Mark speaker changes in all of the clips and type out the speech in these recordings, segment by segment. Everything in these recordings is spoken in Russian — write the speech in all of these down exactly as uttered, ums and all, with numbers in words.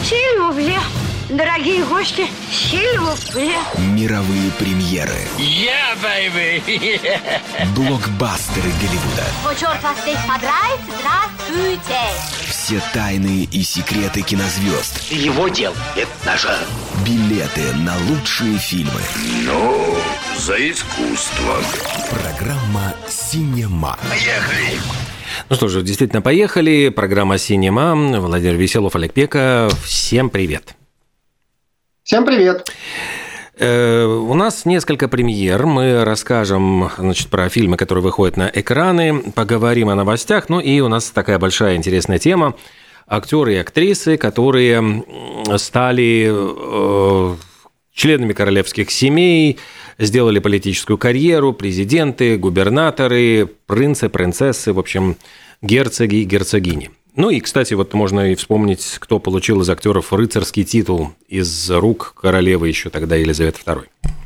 Speaker 1: Сильвупле. Дорогие гости, сильвупле.
Speaker 2: Мировые премьеры.
Speaker 3: Yeah, baby.
Speaker 2: Блокбастеры Голливуда.
Speaker 4: О, черт вас здесь подрает, здравствуйте.
Speaker 2: Все тайны и секреты кинозвезд.
Speaker 3: Его дел – это нажар.
Speaker 2: Билеты на лучшие фильмы.
Speaker 5: Ну, за искусство.
Speaker 2: Программа «Синема».
Speaker 5: Поехали!
Speaker 6: Ну что же, действительно, поехали. Программа «Синема». Владимир Веселов, Олег Пека. Всем привет.
Speaker 7: Всем привет.
Speaker 6: Э, у нас несколько премьер. Мы расскажем, значит, про фильмы, которые выходят на экраны, поговорим о новостях. Ну и у нас такая большая интересная тема. Актеры и актрисы, которые стали э, членами королевских семей, сделали политическую карьеру, президенты, губернаторы, принцы, принцессы, в общем, герцоги и герцогини. Ну и, кстати, вот можно и вспомнить, кто получил из актеров рыцарский титул из рук королевы еще тогда Елизаветы второй.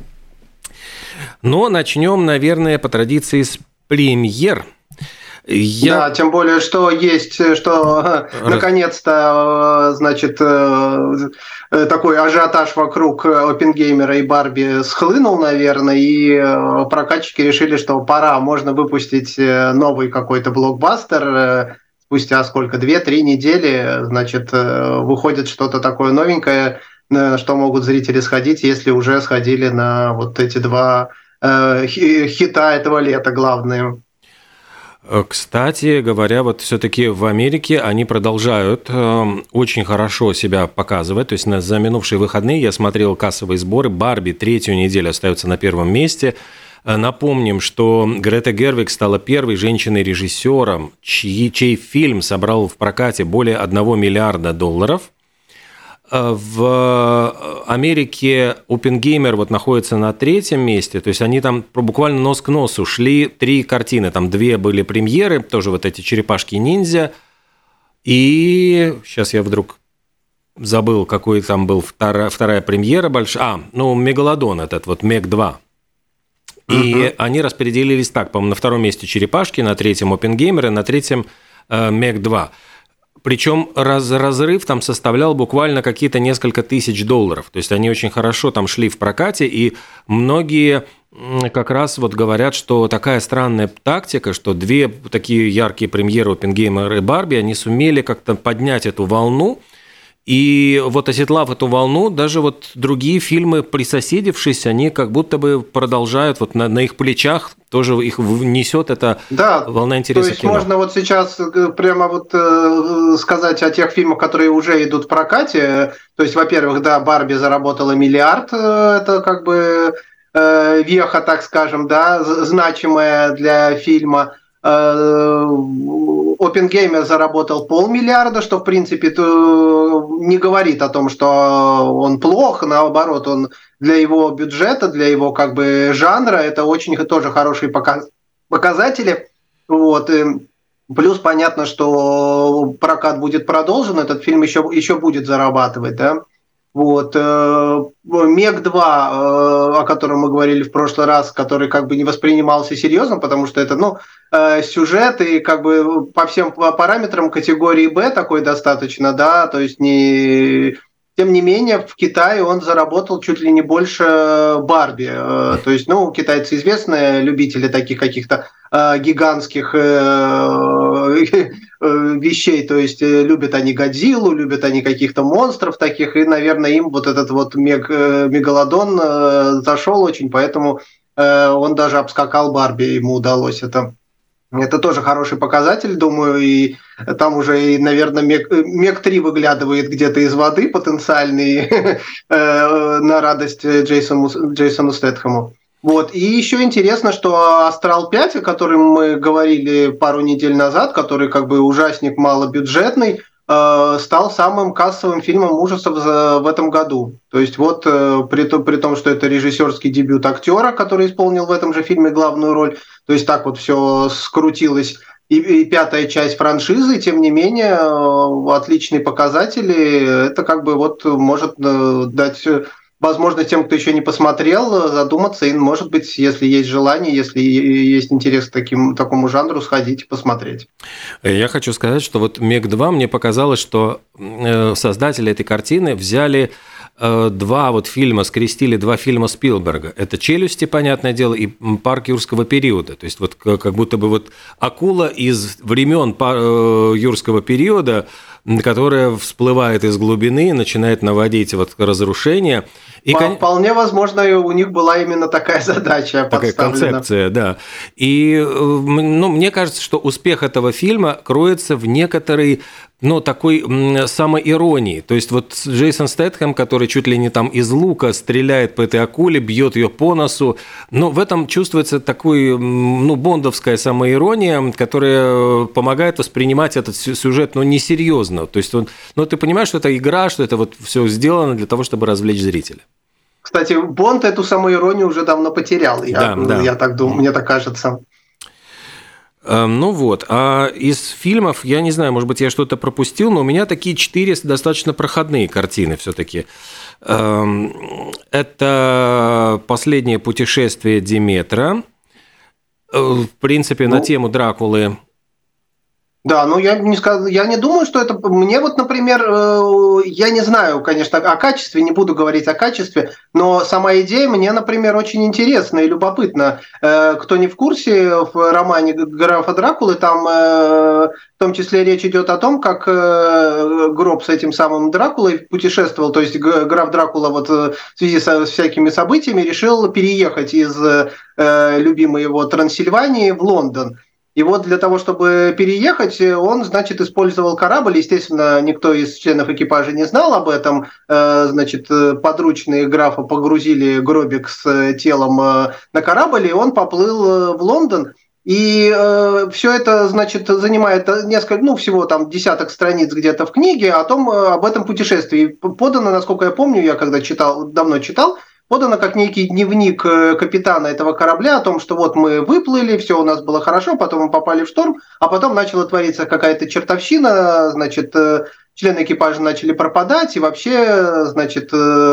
Speaker 6: Но начнем, наверное, по традиции с премьер. Я...
Speaker 7: Да, тем более, что есть, что Раз... наконец-то, значит, такой ажиотаж вокруг Оппенгеймера и Барби схлынул, наверное, и прокатчики решили, что пора, можно выпустить новый какой-то блокбастер. Спустя сколько, две-три недели, значит, выходит что-то такое новенькое, на что могут зрители сходить, если уже сходили на вот эти два хита этого лета главные.
Speaker 6: Кстати говоря, вот все-таки в Америке они продолжают э, очень хорошо себя показывать. То есть на, за минувшие выходные я смотрел кассовые сборы. Барби третью неделю остается на первом месте. Напомним, что Грета Гервиг стала первой женщиной-режиссером, чьи, чей фильм собрал в прокате более одного миллиарда долларов. В Америке Оппенгеймер вот находится на третьем месте, то есть они там буквально нос к носу шли три картины, там две были премьеры, тоже вот эти «Черепашки-ниндзя», и сейчас я вдруг забыл, какой там был вторая, вторая премьера большая, а, ну, «Мегалодон» этот, вот «Мег два». И uh-huh. они распределились так, по-моему, на втором месте «Черепашки», на третьем «Оппенгеймер» и на третьем э, «Мег два». Причем раз, разрыв там составлял буквально какие-то несколько тысяч долларов. То есть они очень хорошо там шли в прокате, и многие как раз вот говорят, что такая странная тактика, что две такие яркие премьеры «Оппенгеймер» и «Барби», они сумели как-то поднять эту волну. И вот оседлав эту волну, даже вот другие фильмы, присоседившись, они как будто бы продолжают, вот на, на их плечах тоже их несет эта да, волна интереса.
Speaker 7: То есть
Speaker 6: кино.
Speaker 7: Можно вот сейчас прямо вот э, сказать о тех фильмах, которые уже идут в прокате. То есть, во-первых, да, «Барби» заработала миллиард, это как бы э, веха, так скажем, да, значимая для фильма. Оппенгеймер заработал полмиллиарда, что, в принципе, не говорит о том, что он плох, наоборот, он для его бюджета, для его как бы жанра, это очень тоже хорошие показатели. Вот. И плюс понятно, что прокат будет продолжен, этот фильм еще, еще будет зарабатывать, да. Вот. «Мег два», о котором мы говорили в прошлый раз, который как бы не воспринимался серьезно, потому что это, ну, сюжет и как бы по всем параметрам категории «Б» такой достаточно, да, то есть не... Тем не менее, в Китае он заработал чуть ли не больше «Барби». То есть, ну, китайцы известные любители таких каких-то гигантских вещей, то есть любят они Годзиллу, любят они каких-то монстров таких, и, наверное, им вот этот вот мег, мегалодон зашел очень, поэтому он даже обскакал «Барби», ему удалось это. Это тоже хороший показатель, думаю, и там уже, наверное, Мег три выглядывает где-то из воды потенциальный на радость Джейсону, Джейсону Стэтхэму. Вот. И еще интересно, что «Астрал пять», о котором мы говорили пару недель назад, который как бы ужасник малобюджетный, стал самым кассовым фильмом ужасов в этом году. То есть вот при, при том, что это режиссерский дебют актера, который исполнил в этом же фильме главную роль, то есть так вот все скрутилось, и, и пятая часть франшизы, тем не менее, отличные показатели, это как бы вот может дать возможно, тем, кто еще не посмотрел, задуматься и, может быть, если есть желание, если есть интерес к таким, такому жанру, сходить и посмотреть.
Speaker 6: Я хочу сказать, что вот «Мег два» мне показалось, что создатели этой картины взяли два вот фильма, скрестили два фильма Спилберга. Это «Челюсти», понятное дело, и «Парк юрского периода». То есть вот как будто бы вот акула из времен юрского периода, которая всплывает из глубины, начинает наводить вот разрушение. И
Speaker 7: вполне возможно, у них была именно такая задача
Speaker 6: такая
Speaker 7: подставлена.
Speaker 6: Концепция, да. И ну, мне кажется, что успех этого фильма кроется в некоторой, ну, такой самоиронии. То есть вот Джейсон Стэтхэм, который чуть ли не там из лука стреляет по этой акуле, бьет ее по носу, но в этом чувствуется такой, ну, бондовская самоирония, которая помогает воспринимать этот сюжет, ну, несерьезно. То есть, ну, ты понимаешь, что это игра, что это вот все сделано для того, чтобы развлечь зрителя.
Speaker 7: Кстати, Бонд эту самоиронию уже давно потерял, я, да, да. я так думаю, мне так кажется.
Speaker 6: Ну вот, а из фильмов, я не знаю, может быть, я что-то пропустил, но у меня такие четыре достаточно проходные картины все-таки. Это «Последнее путешествие Диметра», в принципе, ну, на тему Дракулы.
Speaker 7: Да, ну я не сказ... я не думаю, что это... Мне вот, например, я не знаю, конечно, о качестве, не буду говорить о качестве, но сама идея мне, например, очень интересна и любопытна. Кто не в курсе, в романе графа Дракулы там в том числе речь идет о том, как гроб с этим самым Дракулой путешествовал, то есть граф Дракула вот в связи со всякими событиями решил переехать из любимой его Трансильвании в Лондон. И вот для того, чтобы переехать, он, значит, использовал корабль. Естественно, никто из членов экипажа не знал об этом. Значит, подручные графа погрузили гробик с телом на корабль, и он поплыл в Лондон. И э, все это, значит, занимает несколько, ну, всего там десяток страниц где-то в книге о том, об этом путешествии. Подано, насколько я помню, я когда читал, давно читал, подано как некий дневник капитана этого корабля о том, что вот мы выплыли, все у нас было хорошо, потом мы попали в шторм, а потом начала твориться какая-то чертовщина, значит, члены экипажа начали пропадать, и вообще, значит,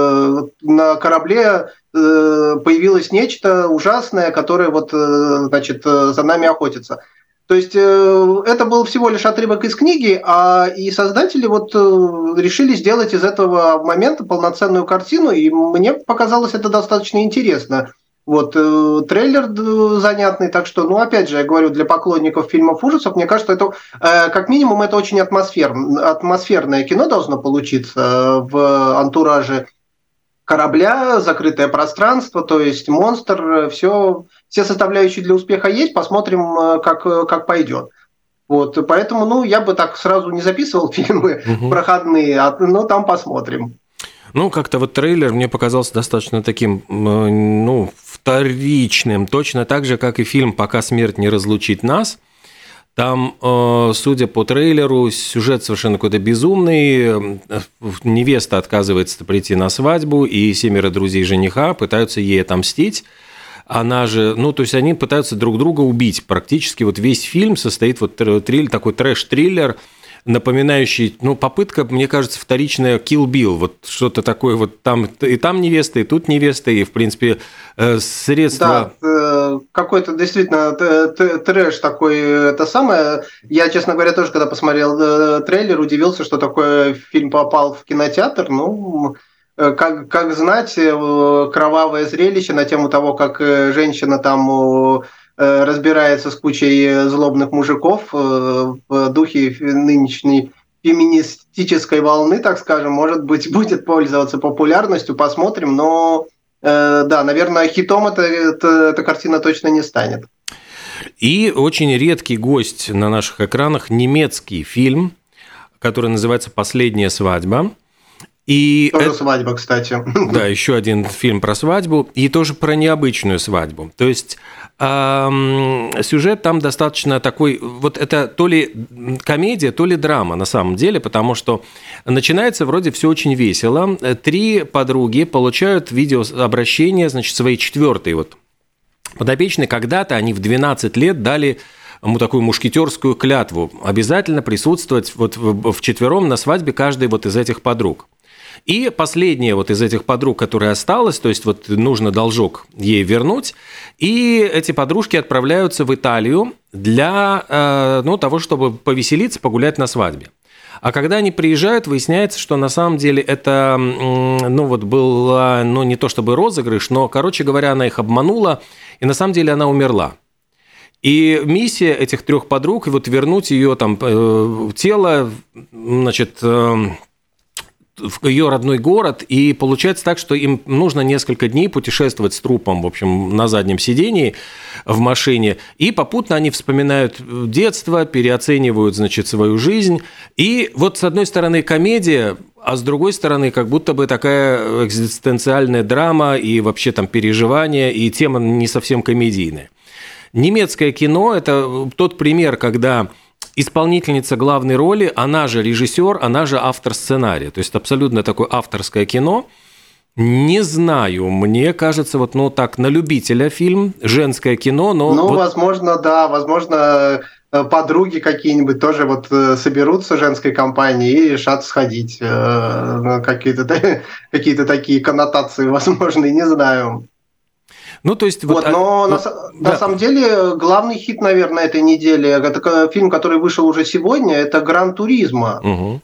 Speaker 7: на корабле появилось нечто ужасное, которое вот, значит, за нами охотится. То есть это был всего лишь отрывок из книги, а и создатели вот решили сделать из этого момента полноценную картину, и мне показалось это достаточно интересно. Вот, трейлер занятный, так что, ну, опять же, я говорю, для поклонников фильмов ужасов, мне кажется, это, как минимум, это очень атмосфер, атмосферное кино должно получиться в антураже корабля, закрытое пространство, то есть монстр, все, все составляющие для успеха есть, посмотрим, как, как пойдет. Вот, поэтому, ну, я бы так сразу не записывал фильмы угу. проходные, но там посмотрим.
Speaker 6: Ну, как-то вот трейлер мне показался достаточно таким, ну, вторичным, точно так же, как и фильм «Пока смерть не разлучит нас». Там, судя по трейлеру, сюжет совершенно какой-то безумный. Невеста отказывается прийти на свадьбу, и семеро друзей жениха пытаются ей отомстить. Она же, ну, то есть они пытаются друг друга убить. Практически вот весь фильм состоит вот триллер, такой трэш-триллер, напоминающий, ну, попытка, мне кажется, вторичная Kill Bill, вот что-то такое, вот там и там невеста, и тут невеста, и, в принципе, средства...
Speaker 7: Да, какой-то действительно трэш такой, это самое. Я, честно говоря, тоже, когда посмотрел трейлер, удивился, что такой фильм попал в кинотеатр, ну... Как, как знать, кровавое зрелище на тему того, как женщина там разбирается с кучей злобных мужиков в духе нынешней феминистической волны, так скажем, может быть, будет пользоваться популярностью, посмотрим, но да, наверное, хитом это, это, эта картина точно не станет.
Speaker 6: И очень редкий гость на наших экранах – немецкий фильм, который называется «Последняя свадьба». И
Speaker 7: тоже
Speaker 6: это,
Speaker 7: свадьба, кстати.
Speaker 6: Да, еще один фильм про свадьбу, и тоже про необычную свадьбу. То есть эм, сюжет там достаточно такой, вот это то ли комедия, то ли драма на самом деле, потому что начинается вроде все очень весело. Три подруги получают видеообращение, значит, своей четвертой вот подопечной. Когда-то они в двенадцать лет дали ему такую мушкетерскую клятву обязательно присутствовать вот вчетвером на свадьбе каждой вот из этих подруг. И последняя вот из этих подруг, которая осталась, то есть вот нужно должок ей вернуть, и эти подружки отправляются в Италию для ну, того, чтобы повеселиться, погулять на свадьбе. А когда они приезжают, выясняется, что на самом деле это, ну вот был, ну не то чтобы розыгрыш, но, короче говоря, она их обманула, и на самом деле она умерла. И миссия этих трех подруг, вот вернуть ее там тело, значит, в ее родной город, и получается так, что им нужно несколько дней путешествовать с трупом, в общем, на заднем сидении в машине, и попутно они вспоминают детство, переоценивают, значит, свою жизнь, и вот с одной стороны комедия, а с другой стороны как будто бы такая экзистенциальная драма и вообще там переживания, и тема не совсем комедийная. Немецкое кино – это тот пример, когда исполнительница главной роли, она же режиссер, она же автор сценария. То есть абсолютно такое авторское кино. Не знаю, мне кажется, вот ну так, на любителя фильм, женское кино, но...
Speaker 7: Ну,
Speaker 6: вот...
Speaker 7: возможно, да, возможно, подруги какие-нибудь тоже вот соберутся женской компанией и решат сходить. Какие-то, какие-то такие коннотации возможны, не знаю.
Speaker 6: Ну, то есть...
Speaker 7: Вот,
Speaker 6: вот,
Speaker 7: но
Speaker 6: вот,
Speaker 7: на,
Speaker 6: да.
Speaker 7: на самом деле главный хит, наверное, этой недели, это фильм, который вышел уже сегодня, это «Гран Туризмо».
Speaker 6: Угу.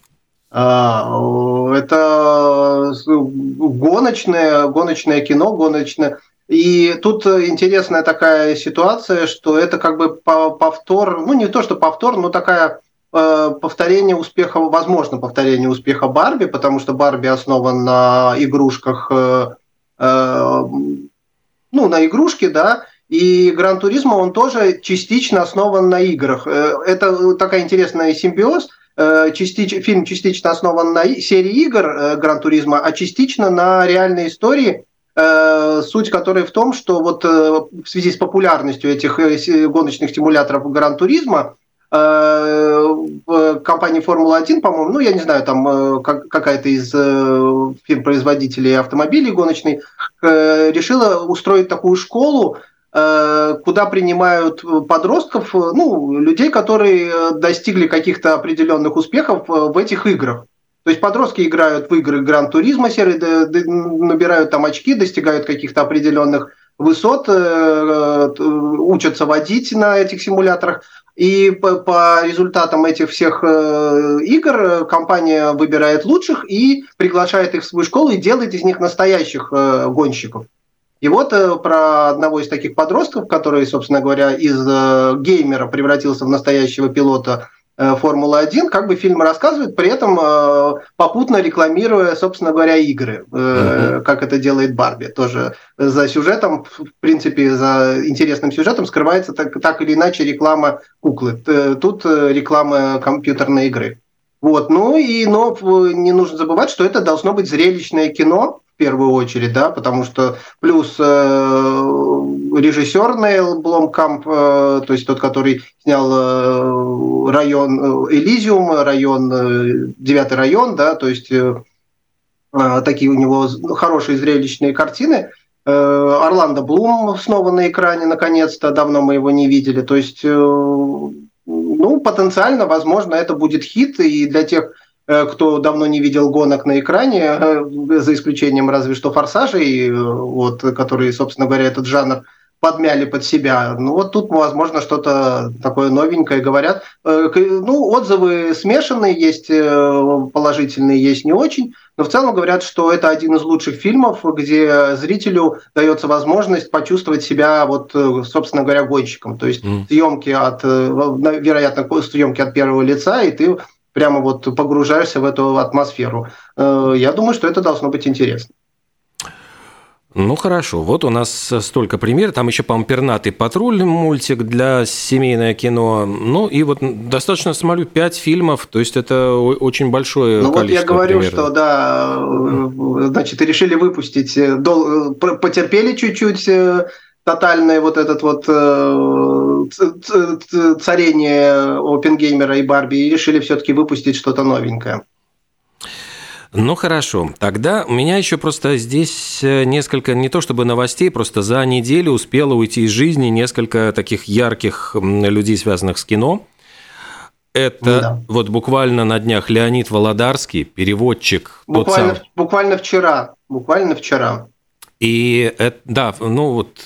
Speaker 7: Это гоночное, гоночное кино, гоночное. И тут интересная такая ситуация, что это как бы повтор, ну не то, что повтор, но такая повторение успеха, возможно, повторение успеха Барби, потому что Барби основан на игрушках, ну, на игрушке, да, и Гран Туризмо, он тоже частично основан на играх. Это такая интересная симбиоз. Частич, фильм частично основан на серии игр Гран Туризмо, а частично на реальной истории, суть которой в том, что вот в связи с популярностью этих гоночных симуляторов Гран Туризмо в компании Формула один, по-моему, ну, я не знаю, там какая-то из фирм-производителей автомобилей гоночной решила устроить такую школу, куда принимают подростков, ну, людей, которые достигли каких-то определенных успехов в этих играх. То есть подростки играют в игры Гран Туризмо, набирают там очки, достигают каких-то определенных высот, учатся водить на этих симуляторах. И по, по результатам этих всех игр компания выбирает лучших и приглашает их в свою школу и делает из них настоящих гонщиков. И вот про одного из таких подростков, который, собственно говоря, из геймера превратился в настоящего пилота Формулы один, как бы фильм рассказывает, при этом попутно рекламируя, собственно говоря, игры, mm-hmm. как это делает Барби. Тоже за сюжетом, в принципе, за интересным сюжетом скрывается так, так или иначе реклама куклы. Тут реклама компьютерной игры. Вот. Ну и но не нужно забывать, что это должно быть зрелищное кино, в первую очередь, да, потому что плюс э, режиссер Нейл Бломкамп, э, то есть тот, который снял э, район Элизиум, район, э, девятый район, да, то есть э, э, такие у него хорошие зрелищные картины. Э, Орландо Блум снова на экране, наконец-то, давно мы его не видели, то есть, э, ну, потенциально, возможно, это будет хит, и для тех, кто давно не видел гонок на экране, за исключением разве что «Форсажей», вот, которые, собственно говоря, этот жанр подмяли под себя. Ну вот тут, возможно, что-то такое новенькое говорят. Ну, отзывы смешанные, есть положительные, есть не очень, но в целом говорят, что это один из лучших фильмов, где зрителю дается возможность почувствовать себя, вот, собственно говоря, гонщиком. То есть mm. съемки от, вероятно, съемки от первого лица, и ты прямо вот погружаешься в эту атмосферу. Я думаю, что это должно быть интересно.
Speaker 6: Ну, хорошо. Вот у нас столько примеров. Там еще, по-моему, «Пернатый патруль» мультик для семейное кино. Ну, и вот достаточно, смотрю, пять фильмов. То есть это очень большое
Speaker 7: ну,
Speaker 6: количество.
Speaker 7: Ну, вот я говорю,
Speaker 6: примерно.
Speaker 7: что, да, значит, решили выпустить, потерпели чуть-чуть тотальное вот этот вот царение Оппенгеймера и Барби и решили все-таки выпустить что-то новенькое.
Speaker 6: Ну, хорошо. Тогда у меня еще просто здесь несколько, не то чтобы новостей, просто за неделю успело уйти из жизни несколько таких ярких людей, связанных с кино. Это
Speaker 7: Да.
Speaker 6: вот буквально на днях Леонид Володарский, переводчик.
Speaker 7: Буквально,
Speaker 6: тот сам.
Speaker 7: буквально вчера. Буквально вчера.
Speaker 6: И это, да, ну вот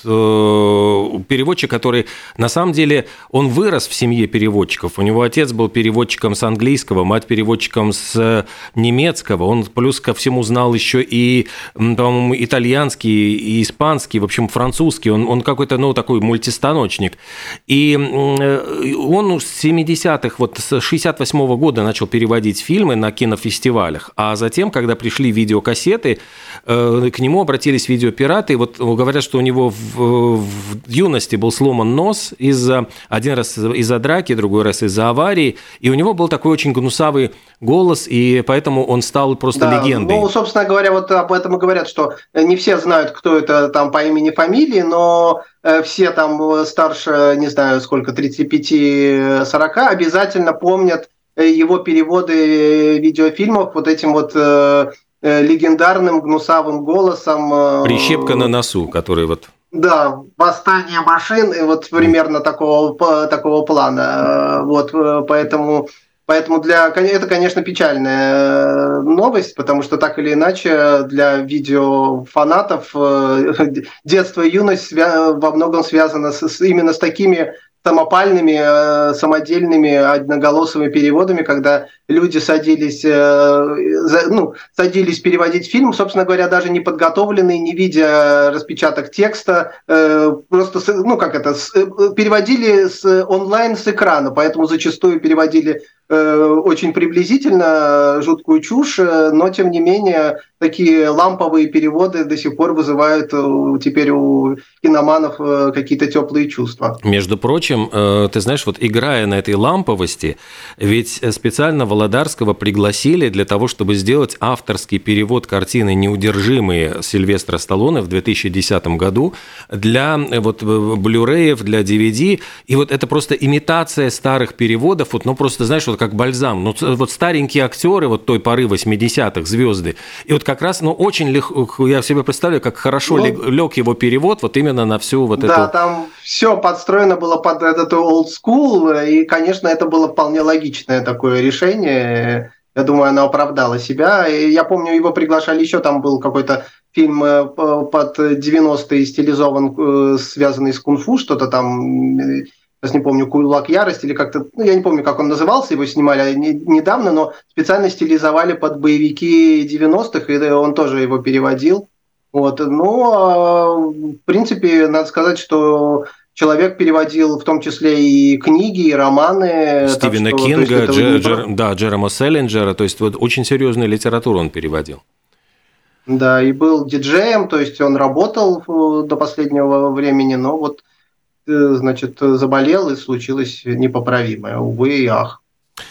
Speaker 6: э, переводчик, который на самом деле он вырос в семье переводчиков. У него отец был переводчиком с английского, мать переводчиком с немецкого. Он плюс ко всему знал еще и, по-моему, итальянский, и испанский, в общем, французский. Он, он какой-то, ну, такой мультистаночник. И он с семидесятых, вот с шестьдесят восьмого года начал переводить фильмы на кинофестивалях. А затем, когда пришли видеокассеты, э, к нему обратились видеокассеты. Видеопираты. Вот говорят, что у него в, в юности был сломан нос из-за один раз из-за драки, другой раз из-за аварии, и у него был такой очень гнусавый голос, и поэтому он стал просто
Speaker 7: да,
Speaker 6: легендой.
Speaker 7: Ну, собственно говоря, вот об этом и говорят, что не все знают, кто это там по имени, фамилии, но все там старше, не знаю, сколько, тридцать пять сорок, обязательно помнят его переводы видеофильмов вот этим вот легендарным гнусавым голосом.
Speaker 6: Прищепка на носу, который вот...
Speaker 7: Да, «Восстание машин», и вот примерно такого, такого плана. Вот, поэтому, поэтому для, это, конечно, печальная новость, потому что так или иначе для видеофанатов детство и юность во многом связано с, именно с такими самопальными, самодельными, одноголосыми переводами, когда люди садились, ну, садились переводить фильм, собственно говоря, даже не подготовленные, не видя распечаток текста, просто, ну, как это, переводили с, онлайн с экрана, поэтому зачастую переводили очень приблизительно, жуткую чушь, но, тем не менее, такие ламповые переводы до сих пор вызывают теперь у киноманов какие-то теплые чувства.
Speaker 6: Между прочим, ты знаешь, вот играя на этой ламповости, ведь специально Володарского пригласили для того, чтобы сделать авторский перевод картины «Неудержимые» Сильвестра Сталлоне в две тысячи десятом году для вот блюреев, для ди ви ди, и вот это просто имитация старых переводов, вот, ну просто, знаешь, вот как бальзам, ну вот старенькие актеры вот той поры восьмидесятых, звезды, и вот как раз, ну очень легко, я себе представляю, как хорошо ну, лег его перевод вот именно на всю вот
Speaker 7: да,
Speaker 6: эту...
Speaker 7: Да, там все подстроено было под этот old school, и, конечно, это было вполне логичное такое решение. Я думаю, оно оправдало себя. И я помню, его приглашали еще, там был какой-то фильм под девяностые стилизован, связанный с кунг-фу, что-то там, сейчас не помню, «Кулак ярости» или как-то, ну, я не помню, как он назывался, его снимали недавно, но специально стилизовали под боевики девяностых, и он тоже его переводил. Вот. Ну, в принципе, надо сказать, что человек переводил в том числе и книги, и романы.
Speaker 6: Стивена
Speaker 7: что,
Speaker 6: Кинга,
Speaker 7: есть,
Speaker 6: Дже,
Speaker 7: не...
Speaker 6: Джер, да, Джерома Селлинджера, то есть вот очень серьезную литературу он переводил.
Speaker 7: Да, и был диджеем, то есть он работал до последнего времени, но вот, значит, заболел, и случилось непоправимое, увы и ах.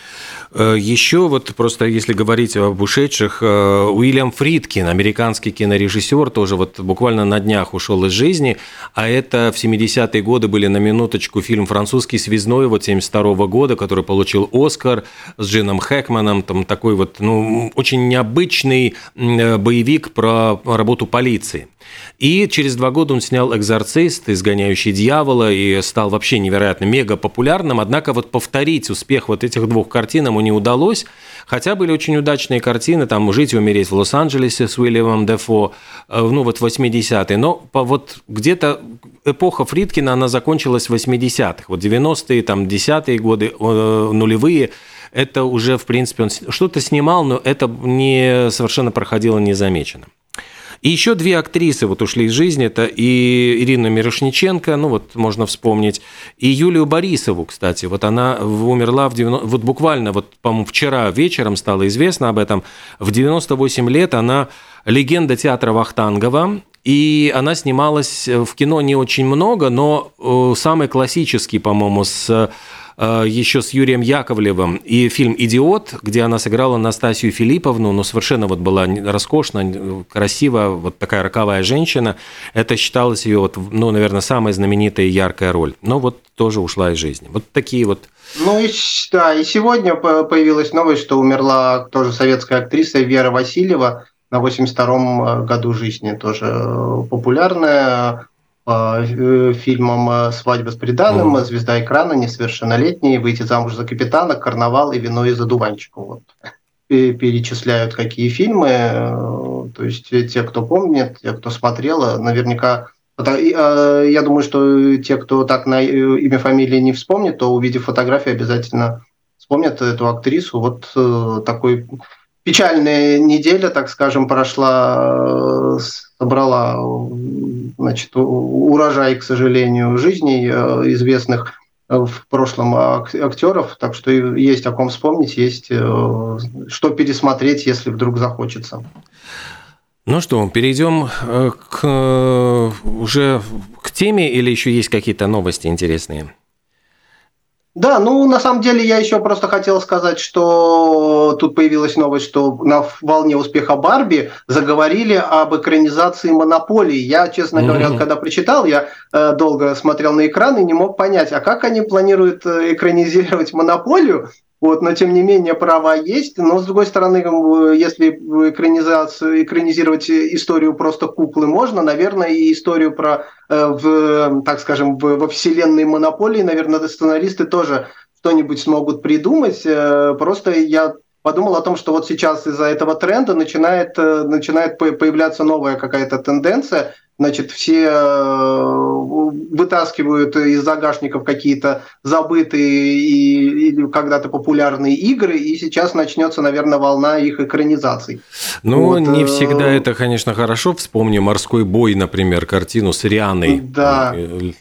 Speaker 6: Еще вот просто, если говорить об ушедших, Уильям Фридкин, американский кинорежиссер, тоже вот буквально на днях ушел из жизни, а это в семидесятые годы были, на минуточку, фильм «Французский связной» вот семьдесят второго года, который получил «Оскар» с Джином Хэкманом, там такой вот, ну, очень необычный боевик про работу полиции. И через два года он снял «Экзорцист», «Изгоняющий дьявола», и стал вообще невероятно мега популярным. Однако вот повторить успех вот этих двух картин ему не удалось, хотя были очень удачные картины, там «Жить и умереть в Лос-Анджелесе» с Уильямом Дефо, ну вот восьмидесятые. Но вот где-то эпоха Фридкина, она закончилась в восьмидесятых, вот девяностые, там, десятые годы, нулевые. Это уже, в принципе, он что-то снимал, но это не совершенно проходило незамеченным. И еще две актрисы вот ушли из жизни, это и Ирина Мирошниченко, ну вот можно вспомнить, и Юлию Борисову, кстати, вот она умерла в девяносто, вот буквально, вот, по-моему, вчера вечером стало известно об этом, в девяносто восемь лет она легенда театра Вахтангова, и она снималась в кино не очень много, но самый классический, по-моему, с... еще с Юрием Яковлевым, и фильм «Идиот», где она сыграла Настасью Филипповну, ну, совершенно вот была роскошна, красивая, вот такая роковая женщина. Это считалось ее, вот, ну, наверное, самая знаменитая и яркая роль. Но вот тоже ушла из жизни. Вот такие вот.
Speaker 7: Ну, и, да, и сегодня появилась новость, что умерла тоже советская актриса Вера Васильева на восемьдесят втором году жизни, тоже популярная. по фильмам «Свадьба с приданым»,
Speaker 6: Mm.
Speaker 7: «Звезда экрана», «Несовершеннолетний», «Выйти замуж за капитана», «Карнавал» и «Вино из одуванчика». Вот. Перечисляют какие фильмы. То есть те, кто помнит, те, кто смотрел, наверняка... Я думаю, что те, кто так на имя, фамилии не вспомнит, то, увидев фотографии, обязательно вспомнят эту актрису. Вот такой печальная неделя, так скажем, прошла, собрала, значит, урожай, к сожалению, жизней известных в прошлом актеров, так что есть о ком вспомнить, есть что пересмотреть, если вдруг захочется.
Speaker 6: Ну что, перейдем к, уже к теме или еще есть какие-то новости интересные?
Speaker 7: Да, ну, на самом деле, я еще просто хотел сказать, что тут появилась новость, что на волне успеха «Барби» заговорили об экранизации «Монополии». Я, честно говоря, mm-hmm. когда прочитал, я э, долго смотрел на экран и не мог понять, а как они планируют экранизировать «Монополию». Вот, но, тем не менее, права есть. Но, с другой стороны, если экранизацию, экранизировать историю просто куклы можно, наверное, и историю про, в, так скажем, в, во вселенной «Монополии», наверное, сценаристы тоже что-нибудь смогут придумать. Просто я подумал о том, что вот сейчас из-за этого тренда начинает, начинает появляться новая какая-то тенденция. Значит, все вытаскивают из загашников какие-то забытые и, или когда-то популярные игры, и сейчас начнется, наверное, волна их экранизаций.
Speaker 6: Ну, вот, не
Speaker 7: э...
Speaker 6: всегда это, конечно, хорошо. Вспомни «Морской бой», например, картину с Рианой.
Speaker 7: Да.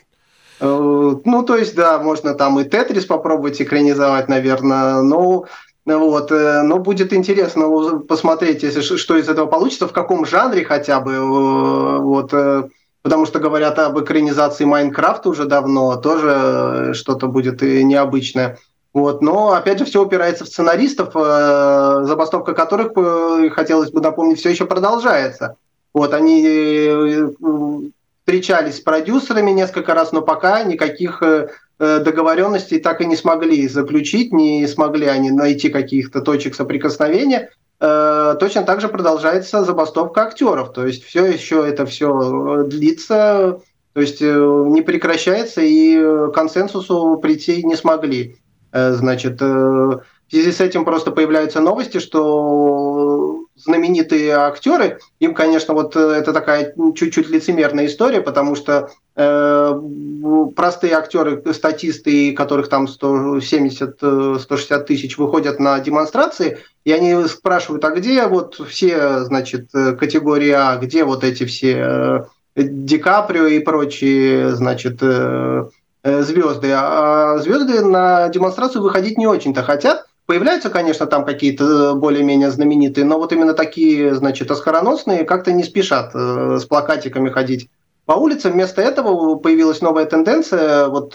Speaker 7: Ну, то есть, да, можно там и «Тетрис» попробовать экранизовать, наверное, но... Вот, но будет интересно посмотреть, если, что из этого получится, в каком жанре хотя бы, вот, потому что говорят об экранизации «Майнкрафта» уже давно, тоже что-то будет необычное. Вот, но, опять же, все упирается в сценаристов, забастовка которых, хотелось бы напомнить, все еще продолжается. Вот, они встречались с продюсерами несколько раз, но пока никаких договоренностей так и не смогли заключить, не смогли они найти каких-то точек соприкосновения. Точно так же продолжается забастовка актеров. То есть все еще это все длится, то есть не прекращается, и к консенсусу прийти не смогли. Значит, в связи с этим просто появляются новости, что знаменитые актеры, им, конечно, вот это такая чуть-чуть лицемерная история, потому что э, простые актеры, статисты, которых там сто семьдесят - сто шестьдесят тысяч выходят на демонстрации, и они спрашивают, а где вот все, значит, категории А, где вот эти все э, Ди Каприо и прочие, значит, э, э, звезды, а звезды на демонстрацию выходить не очень-то хотят. Появляются, конечно, там какие-то более-менее знаменитые, но вот именно такие, значит, оскароносные как-то не спешат э, с плакатиками ходить по улицам. Вместо этого появилась новая тенденция. Вот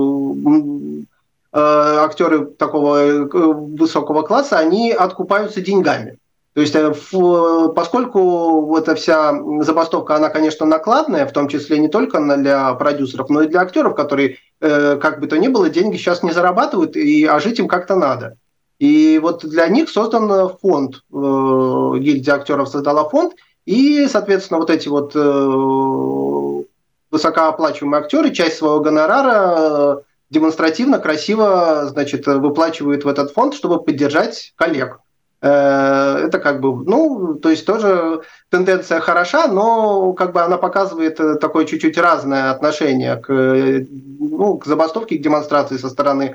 Speaker 7: э, э, актеры такого высокого класса, они откупаются деньгами. То есть, э, в, поскольку эта вся забастовка, она, конечно, накладная, в том числе не только для продюсеров, но и для актеров, которые, э, как бы то ни было, деньги сейчас не зарабатывают, и, а жить им как-то надо. И вот для них создан фонд, э, гильдия актеров создала фонд, и, соответственно, вот эти вот э, высокооплачиваемые актеры часть своего гонорара э, демонстративно, красиво, значит, выплачивают в этот фонд, чтобы поддержать коллег. Э, это как бы, ну, то есть тоже тенденция хороша, но как бы она показывает такое чуть-чуть разное отношение к, ну, к забастовке, к демонстрации со стороны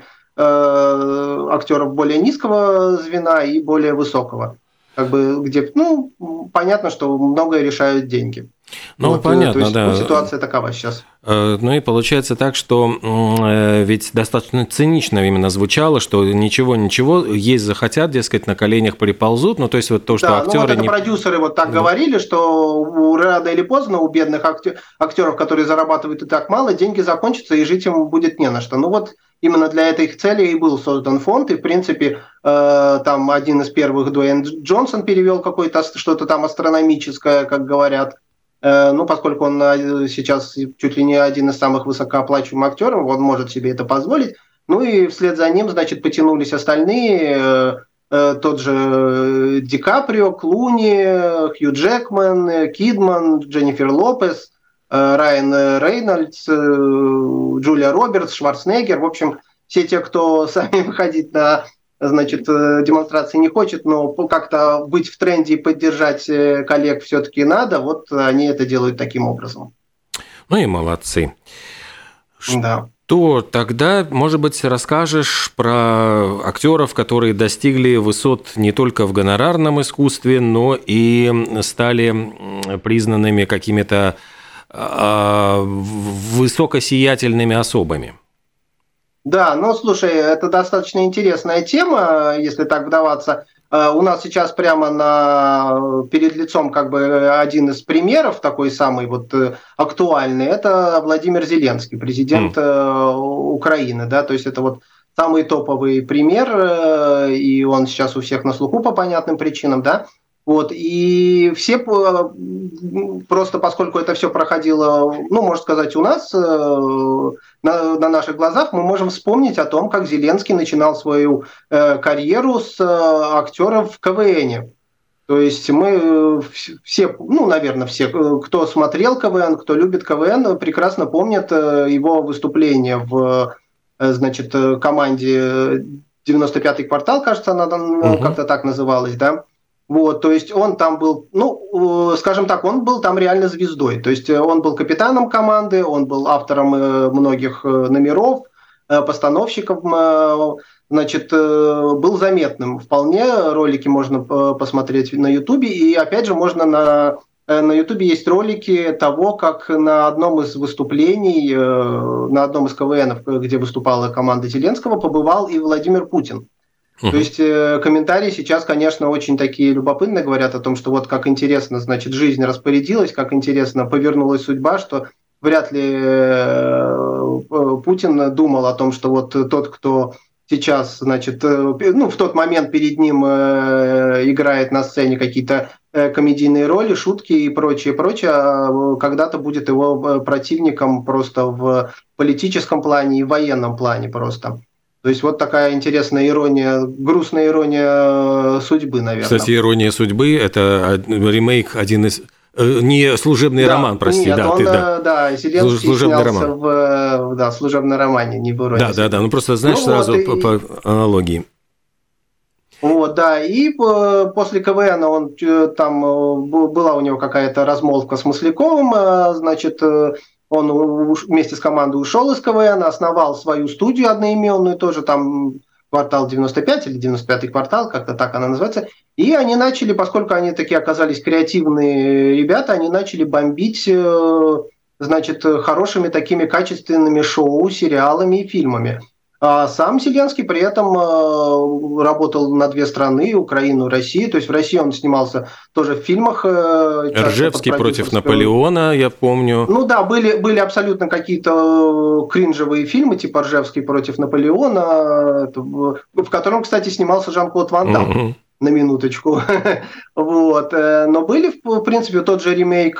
Speaker 7: актеров более низкого звена и более высокого. Как бы, где, ну, понятно, что многое решают деньги.
Speaker 6: Ну,
Speaker 7: вот,
Speaker 6: понятно,
Speaker 7: то есть,
Speaker 6: да.
Speaker 7: Ну, ситуация такова сейчас.
Speaker 6: Ну и получается так, что ведь достаточно цинично именно звучало, что ничего-ничего, есть захотят, дескать, на коленях приползут, ну то есть вот то, что
Speaker 7: да,
Speaker 6: актеры...
Speaker 7: Ну вот это
Speaker 6: не...
Speaker 7: продюсеры вот так
Speaker 6: да.
Speaker 7: говорили, что рано или поздно у бедных актеров, которые зарабатывают и так мало, деньги закончатся, и жить им будет не на что. Ну вот именно для этой цели и был создан фонд, и в принципе э, там один из первых, Дуэйн Джонсон, перевел какое-то что-то там астрономическое, как говорят. Ну, поскольку он сейчас чуть ли не один из самых высокооплачиваемых актеров, он может себе это позволить. Ну и вслед за ним, значит, потянулись остальные, тот же Ди Каприо, Клуни, Хью Джекман, Кидман, Дженнифер Лопес, Райан Рейнольдс, Джулия Робертс, Шварценеггер. В общем, все те, кто сами выходить на, значит, демонстрации не хочет, но как-то быть в тренде и поддержать коллег все-таки надо, вот они это делают таким образом.
Speaker 6: Ну и молодцы.
Speaker 7: Да.
Speaker 6: То тогда, может быть, расскажешь про актеров, которые достигли высот не только в гонорарном искусстве, но и стали признанными какими-то э, высокосиятельными особами.
Speaker 7: Да, ну слушай, это достаточно интересная тема, если так вдаваться. У нас сейчас прямо на, перед лицом как бы один из примеров, такой самый вот актуальный, это Владимир Зеленский, президент mm. Украины, да, то есть это вот самый топовый пример, и он сейчас у всех на слуху по понятным причинам, да. Вот, и все просто, поскольку это все проходило, ну, можно сказать, у нас, на, на наших глазах, мы можем вспомнить о том, как Зеленский начинал свою э, карьеру с э, актеров в КВН. То есть мы все, ну, наверное, все, кто смотрел КВН, кто любит КВН, прекрасно помнят его выступление в, значит, команде девяносто пятый квартал, кажется, она угу. как-то так называлась, да. Вот, то есть он там был, ну, скажем так, он был там реально звездой. То есть он был капитаном команды, он был автором многих номеров, постановщиком, значит, был заметным. Вполне ролики можно посмотреть на Ютубе. И опять же, можно на, на Ютубе есть ролики того, как на одном из выступлений, на одном из КВНов, где выступала команда Зеленского, побывал и Владимир Путин. Uh-huh. То есть э, комментарии сейчас, конечно, очень такие любопытные, говорят о том, что вот как интересно, значит, жизнь распорядилась, как интересно повернулась судьба, что вряд ли э, Путин думал о том, что вот тот, кто сейчас, значит, э, ну, в тот момент перед ним э, играет на сцене какие-то э, комедийные роли, шутки и прочее, прочее, а когда-то будет его противником просто в политическом плане и в военном плане просто. То есть вот такая интересная ирония, грустная ирония судьбы, наверное.
Speaker 6: Кстати, ирония судьбы – это ремейк один из… Не служебный
Speaker 7: да,
Speaker 6: роман, прости.
Speaker 7: Нет,
Speaker 6: да,
Speaker 7: он,
Speaker 6: ты, да.
Speaker 7: да, Зеленский
Speaker 6: служебный
Speaker 7: снялся
Speaker 6: роман.
Speaker 7: в да, служебном романе, не в иронии.
Speaker 6: Да, да, да, ну просто знаешь ну, сразу вот, по, и... по аналогии.
Speaker 7: Вот, да, и после КВН он, там была у него какая-то размолвка с Масляковым, значит… Он вместе с командой ушел из КВН, основал свою студию одноименную, тоже там квартал девяносто пять или девяносто пятый квартал, как-то так она называется. И они начали, поскольку они такие оказались креативные ребята, они начали бомбить, значит, хорошими такими качественными шоу, сериалами и фильмами. А сам Зеленский при этом работал на две страны, Украину и Россию. То есть в России он снимался тоже в фильмах.
Speaker 6: Ржевский против Наполеона, я помню.
Speaker 7: Ну да, были, были абсолютно какие-то кринжевые фильмы, типа Ржевский против Наполеона, в котором, кстати, снимался Жан-Клод Ван Дамм. Mm-hmm. На минуточку. Вот. Но были, в принципе, тот же ремейк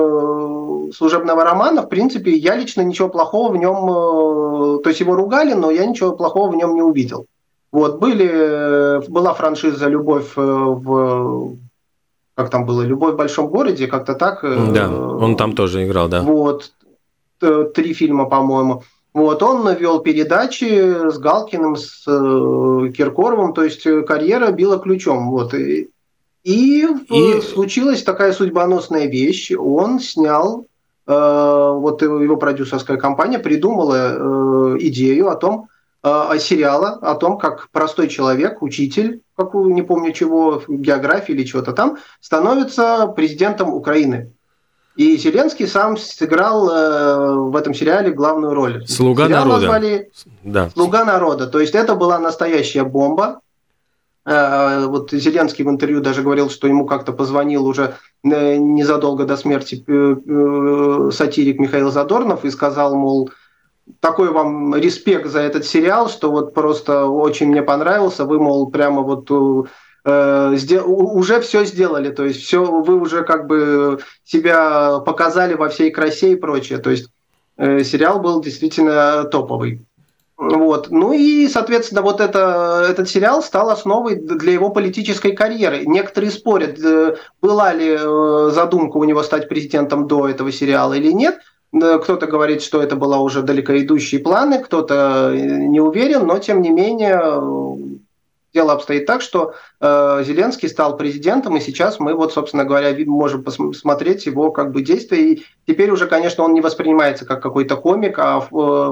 Speaker 7: служебного романа. В принципе, я лично ничего плохого в нем... То есть его ругали, но я ничего плохого в нем не увидел. Вот. Были, была франшиза «Любовь в...» Как там было? «Любовь в большом городе», как-то так.
Speaker 6: Да, он там тоже играл, да.
Speaker 7: Вот. Три фильма, по-моему. Вот, он вел передачи с Галкиным, с э, Киркоровым, то есть карьера била ключом. Вот. И, и, и случилась такая судьбоносная вещь. Он снял, э, вот его продюсерская компания придумала э, идею о том, э, сериала, о том, как простой человек, учитель, как не помню чего, географии или чего-то там, становится президентом Украины. И Зеленский сам сыграл э, в этом сериале главную роль.
Speaker 6: «Слуга
Speaker 7: Сериал
Speaker 6: народа».
Speaker 7: Назвали
Speaker 6: да.
Speaker 7: «Слуга народа». То есть это была настоящая бомба. Э, вот Зеленский в интервью даже говорил, что ему как-то позвонил уже э, незадолго до смерти э, э, сатирик Михаил Задорнов и сказал, мол, такой вам респект за этот сериал, что вот просто очень мне понравился. Вы, мол, прямо вот... уже все сделали, то есть все, вы уже как бы себя показали во всей красе и прочее, то есть сериал был действительно топовый. Вот. Ну и, соответственно, вот это, этот сериал стал основой для его политической карьеры. Некоторые спорят, была ли задумка у него стать президентом до этого сериала или нет. Кто-то говорит, что это была уже далеко идущие планы, кто-то не уверен, но тем не менее дело обстоит так, что э, Зеленский стал президентом, и сейчас мы вот, собственно говоря, можем посмотреть его как бы действия. И теперь уже, конечно, он не воспринимается как какой-то комик, а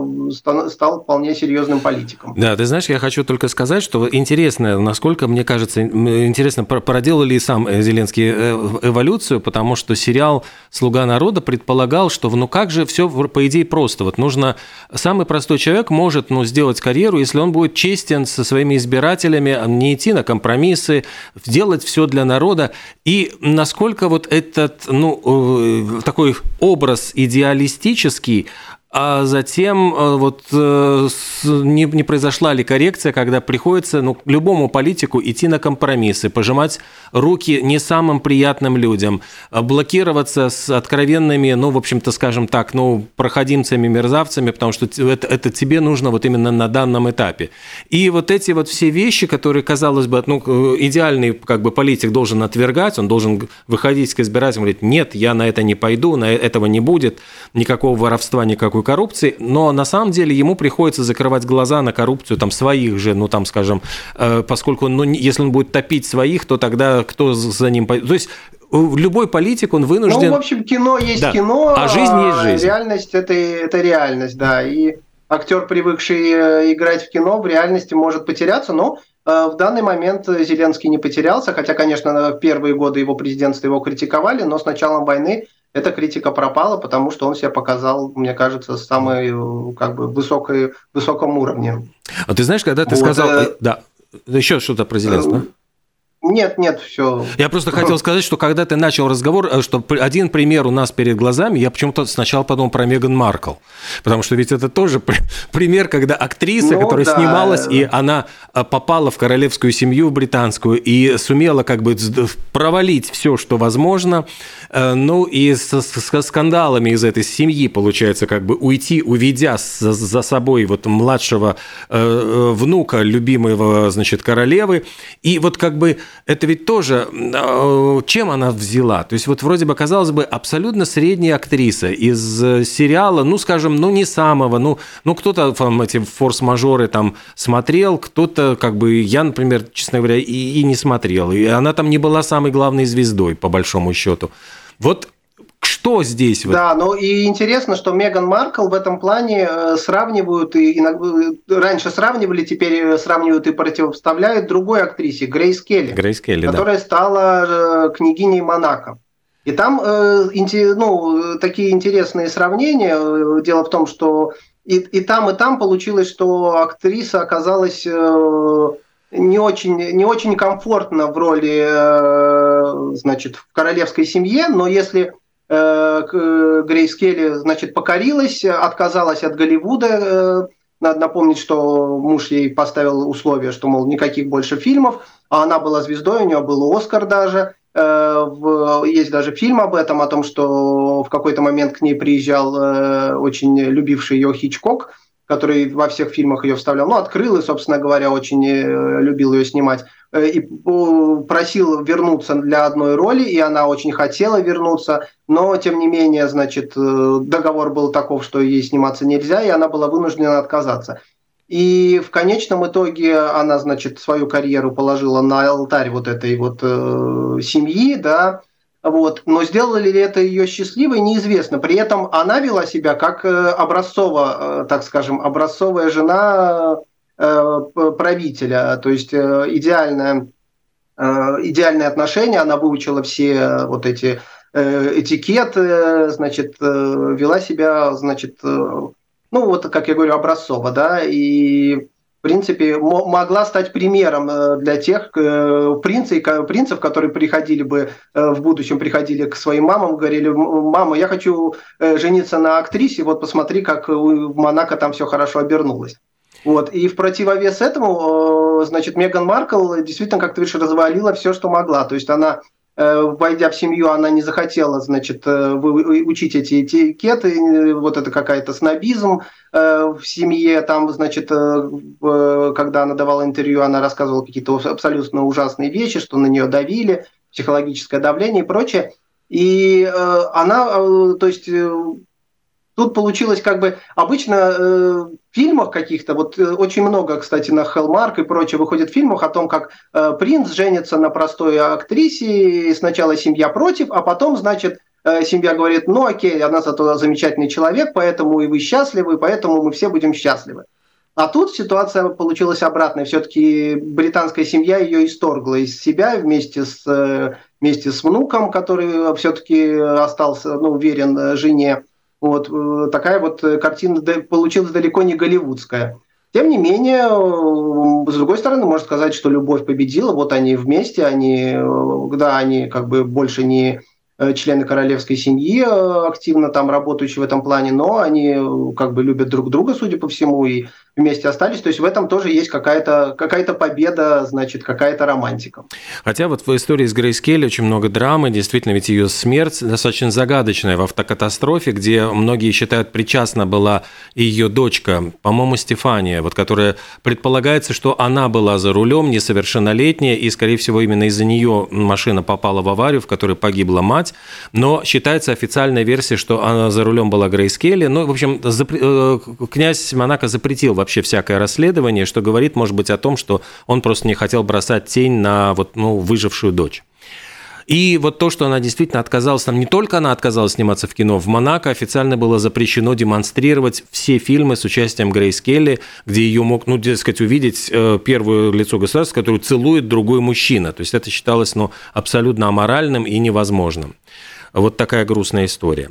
Speaker 7: э, стал вполне серьезным политиком.
Speaker 6: Да, ты знаешь, я хочу только сказать, что интересно, насколько, мне кажется, интересно, проделал ли сам Зеленский эволюцию, потому что сериал «Слуга народа» предполагал, что ну как же все, по идее, просто. Вот нужно... Самый простой человек может ну, сделать карьеру, если он будет честен со своими избирателями, не идти на компромиссы, делать все для народа. И насколько вот этот ну, такой образ идеалистический, а затем вот не, не произошла ли коррекция, когда приходится ну, любому политику идти на компромиссы, пожимать руки не самым приятным людям, блокироваться с откровенными, ну, в общем-то, скажем так, ну, проходимцами, мерзавцами, потому что это, это тебе нужно вот именно на данном этапе. И вот эти вот все вещи, которые, казалось бы, ну, идеальный как бы политик должен отвергать, он должен выходить к избирателям и говорить, нет, я на это не пойду, на этого не будет, никакого воровства, никакой коррупции, но на самом деле ему приходится закрывать глаза на коррупцию там своих же, ну там, скажем, э, поскольку, ну, если он будет топить своих, то тогда кто за ним пойдет? То есть любой политик, он вынужден...
Speaker 7: Ну, в общем, кино есть да. кино,
Speaker 6: а жизнь есть жизнь.
Speaker 7: Реальность это, – это реальность, да, и актер, привыкший играть в кино, в реальности может потеряться, но в данный момент Зеленский не потерялся, хотя, конечно, в первые годы его президентства его критиковали, но с началом войны эта критика пропала, потому что он себя показал, мне кажется, с самой как бы высокой, высоком уровне.
Speaker 6: А ты знаешь, когда ты вот, сказал... Э... Да, еще что-то про Зеленского, да?
Speaker 7: Нет, нет, все.
Speaker 6: Я просто хотел сказать, что когда ты начал разговор, что один пример у нас перед глазами, я почему-то сначала подумал про Меган Маркл, потому что ведь это тоже пример, когда актриса, ну, которая да. снималась, и она попала в королевскую семью, в британскую, и сумела как бы провалить все, что возможно, ну и со, со скандалами из этой семьи, получается, как бы уйти, уведя за, за собой вот младшего э, внука любимого, значит, королевы, и вот как бы это ведь тоже, чем она взяла? То есть вот вроде бы, казалось бы, абсолютно средняя актриса из сериала, ну, скажем, ну, не самого, ну, ну кто-то там эти форс-мажоры там смотрел, кто-то, как бы, я, например, честно говоря, и, и не смотрел. И она там не была самой главной звездой, по большому счету. Вот что здесь?
Speaker 7: Да, ну и интересно, что Меган Маркл в этом плане сравнивают, и иногда, раньше сравнивали, теперь сравнивают и противопоставляют другой актрисе, Грейс Келли,
Speaker 6: Грейс Келли
Speaker 7: которая
Speaker 6: да.
Speaker 7: стала княгиней Монако. И там ну, такие интересные сравнения. Дело в том, что и, и там, и там получилось, что актриса оказалась не очень, не очень комфортно в роли, значит, в королевской семье, но если Грейс Келли, значит, покорилась, отказалась от Голливуда. Надо напомнить, что муж ей поставил условие, что, мол, никаких больше фильмов, а она была звездой, у нее был Оскар даже. Есть даже фильм об этом, о том, что в какой-то момент к ней приезжал очень любивший ее Хичкок, который во всех фильмах ее вставлял, ну, открыл и, собственно говоря, очень любил ее снимать, и просил вернуться для одной роли, и она очень хотела вернуться, но, тем не менее, значит, договор был таков, что ей сниматься нельзя, и она была вынуждена отказаться. И в конечном итоге она, значит, свою карьеру положила на алтарь вот этой вот э, семьи, да, вот. Но сделала ли это ее счастливой, неизвестно. При этом она вела себя как образцово, так скажем, образцовая жена правителя, то есть идеальное, идеальные отношения, она выучила все вот эти этикеты, значит, вела себя, значит, ну вот, как я говорю, образцово, да, и в принципе, могла стать примером для тех принцев, принцев, которые приходили бы в будущем, приходили к своим мамам, говорили: мама, я хочу жениться на актрисе, вот посмотри, как в Монако там все хорошо обернулось. Вот. И в противовес этому, значит, Меган Маркл действительно, как ты видишь, развалила все, что могла. То есть она войдя в семью, она не захотела, значит, учить эти этикеты, вот это какая-то снобизм в семье, там, значит, когда она давала интервью, она рассказывала какие-то абсолютно ужасные вещи, что на нее давили, психологическое давление и прочее, и она, то есть... Тут получилось как бы обычно э, в фильмах каких-то, вот э, очень много, кстати, на Hallmark и прочее выходит в фильмах о том, как э, принц женится на простой актрисе, и сначала семья против, а потом, значит, э, семья говорит, ну окей, она зато замечательный человек, поэтому и вы счастливы, поэтому мы все будем счастливы. А тут ситуация получилась обратной. Все-таки британская семья ее исторгла из себя вместе с, э, вместе с внуком, который все-таки остался, ну, верен жене. Вот такая вот картина получилась далеко не голливудская. Тем не менее, с другой стороны, можно сказать, что любовь победила. Вот они вместе, они, да, они как бы больше не члены королевской семьи, активно там работающие в этом плане, но они как бы любят друг друга, судя по всему, и вместе остались. То есть в этом тоже есть какая-то, какая-то победа, значит, какая-то романтика.
Speaker 6: Хотя вот в истории с Грейс Келли очень много драмы. Действительно, ведь ее смерть достаточно загадочная в автокатастрофе, где многие считают, причастна была ее дочка, по-моему, Стефания, вот, которая предполагается, что она была за рулем, несовершеннолетняя, и, скорее всего, именно из-за нее машина попала в аварию, в которой погибла мать. Но считается официальная версия, что она за рулем была Грейс Келли. Ну, в общем, запр... князь Монако запретил вообще всякое расследование, что говорит, может быть, о том, что он просто не хотел бросать тень на вот, ну, выжившую дочь. И вот то, что она действительно отказалась, там не только она отказалась сниматься в кино, в Монако официально было запрещено демонстрировать все фильмы с участием Грейс Келли, где ее мог, ну, дескать, увидеть первое лицо государства, которое целует другой мужчина. То есть это считалось, ну, абсолютно аморальным и невозможным. Вот такая грустная история.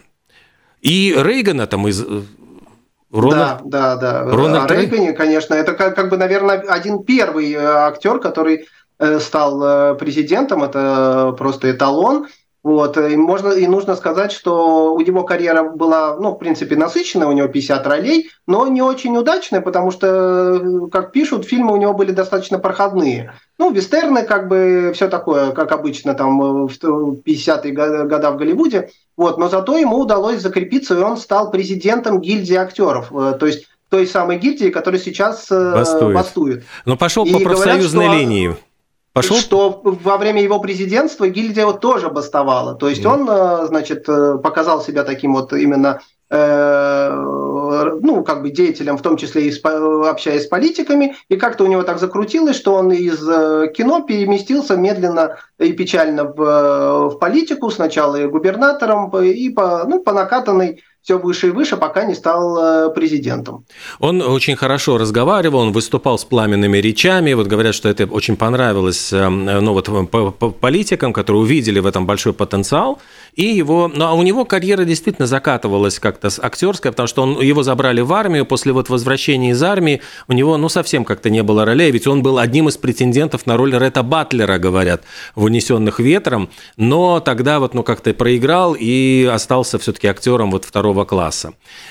Speaker 6: И Рейгана там из... Рональд... Да, да, да.
Speaker 7: Рональд Рейган, конечно, это как, как бы, наверное, один первый актер, который стал президентом, это просто эталон. Вот. И, можно, и нужно сказать, что у него карьера была, ну, в принципе, насыщенная, у него пятьдесят ролей, но не очень удачная, потому что, как пишут, фильмы у него были достаточно проходные. Ну, вестерны, как бы, все такое, как обычно, там, в пятидесятые годы в Голливуде. Вот. Но зато ему удалось закрепиться, и он стал президентом гильдии актеров. То есть той самой гильдии, которая сейчас бастует. бастует.
Speaker 6: Но пошел по и профсоюзной говорят, что... линии. Пошел?
Speaker 7: Что во время его президентства гильдия вот тоже бастовала. То есть mm. он, значит, показал себя таким вот именно, э, ну, как бы деятелем, в том числе и с, общаясь с политиками. И как-то у него так закрутилось, что он из кино переместился медленно и печально в, в политику. Сначала и губернатором, и по, ну, по накатанной все выше и выше, пока не стал президентом.
Speaker 6: Он очень хорошо разговаривал, он выступал с пламенными речами. Вот говорят, что это очень понравилось, ну, вот, политикам, которые увидели в этом большой потенциал. И его, ну, а у него карьера действительно закатывалась как-то актерская, потому что он, его забрали в армию. После вот возвращения из армии у него, ну, совсем как-то не было ролей. Ведь он был одним из претендентов на роль Ретта Батлера, говорят, в «Унесенных ветром». Но тогда вот, ну, как-то проиграл и остался все-таки актером вот второго класса.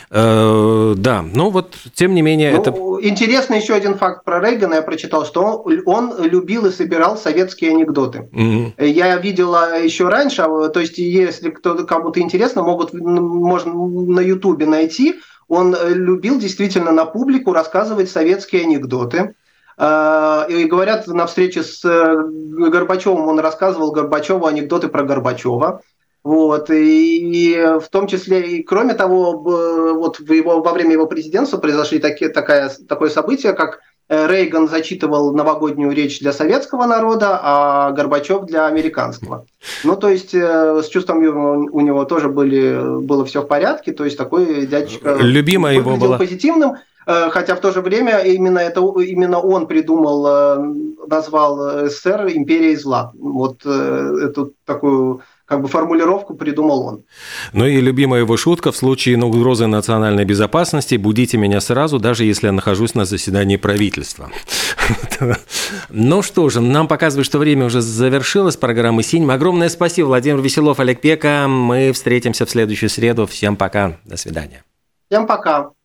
Speaker 6: Э, да, ну вот, тем не менее...
Speaker 7: Ну,
Speaker 6: это...
Speaker 7: Интересный еще один факт про Рейгана. Я прочитал, что он, он любил и собирал советские анекдоты. Mm-hmm. Я видела еще раньше, то есть если кто, кому-то интересно, могут, можно на Ютубе найти. Он любил действительно на публику рассказывать советские анекдоты. И говорят, на встрече с Горбачевым он рассказывал Горбачеву анекдоты про Горбачева. Вот, и, и в том числе, и кроме того, вот в его, во время его президентства произошли такие, такая, такое событие, как Рейган зачитывал новогоднюю речь для советского народа, а Горбачев для американского. Ну, то есть, с чувством юмора у него тоже были, было все в порядке, то есть, такой дядечка
Speaker 6: любимая его была
Speaker 7: позитивным. Хотя в то же время именно, это, именно он придумал, назвал СССР «Империей зла». Вот эту такую как бы формулировку придумал он.
Speaker 6: Ну и любимая его шутка: в случае угрозы национальной безопасности будите меня сразу, даже если я нахожусь на заседании правительства. Ну что же, нам показывают, что время уже завершилось, программы «Синема». Огромное спасибо, Владимир Веселов, Олег Пека. Мы встретимся в следующую среду. Всем пока, до свидания.
Speaker 7: Всем пока.